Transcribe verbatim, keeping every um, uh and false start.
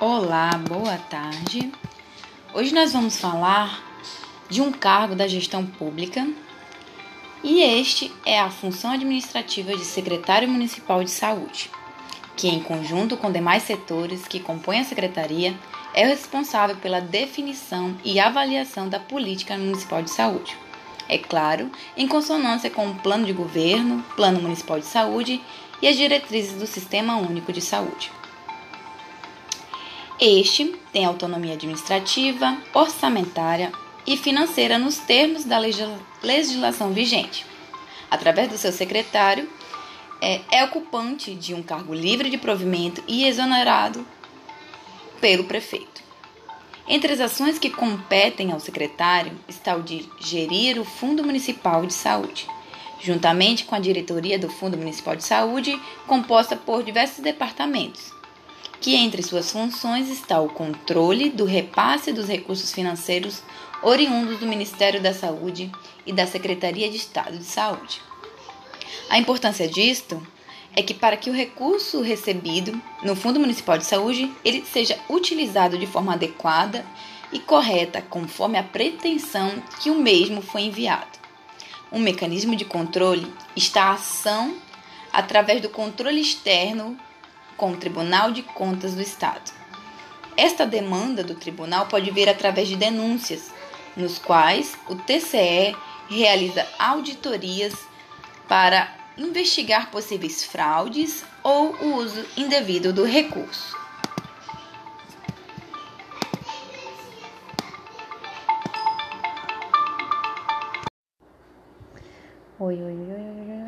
Olá, boa tarde. Hoje nós vamos falar de um cargo da gestão pública e este é a função administrativa de secretário municipal de saúde, que em conjunto com demais setores que compõem a secretaria é o responsável pela definição e avaliação da política municipal de saúde. É claro, em consonância com o plano de governo, plano municipal de saúde e as diretrizes do Sistema Único de Saúde. Este tem autonomia administrativa, orçamentária e financeira nos termos da legislação vigente. Através do seu secretário, é, é ocupante de um cargo livre de provimento e exonerado pelo prefeito. Entre as ações que competem ao secretário está o de gerir o Fundo Municipal de Saúde, juntamente com a diretoria do Fundo Municipal de Saúde, composta por diversos departamentos, que entre suas funções está o controle do repasse dos recursos financeiros oriundos do Ministério da Saúde e da Secretaria de Estado de Saúde. A importância disto é que para que o recurso recebido no Fundo Municipal de Saúde ele seja utilizado de forma adequada e correta, conforme a pretensão que o mesmo foi enviado. Um mecanismo de controle está a ação através do controle externo com o Tribunal de Contas do Estado. Esta demanda do tribunal pode vir através de denúncias, nos quais o T C E realiza auditorias para investigar possíveis fraudes ou o uso indevido do recurso. Oi, oi, oi, oi, oi.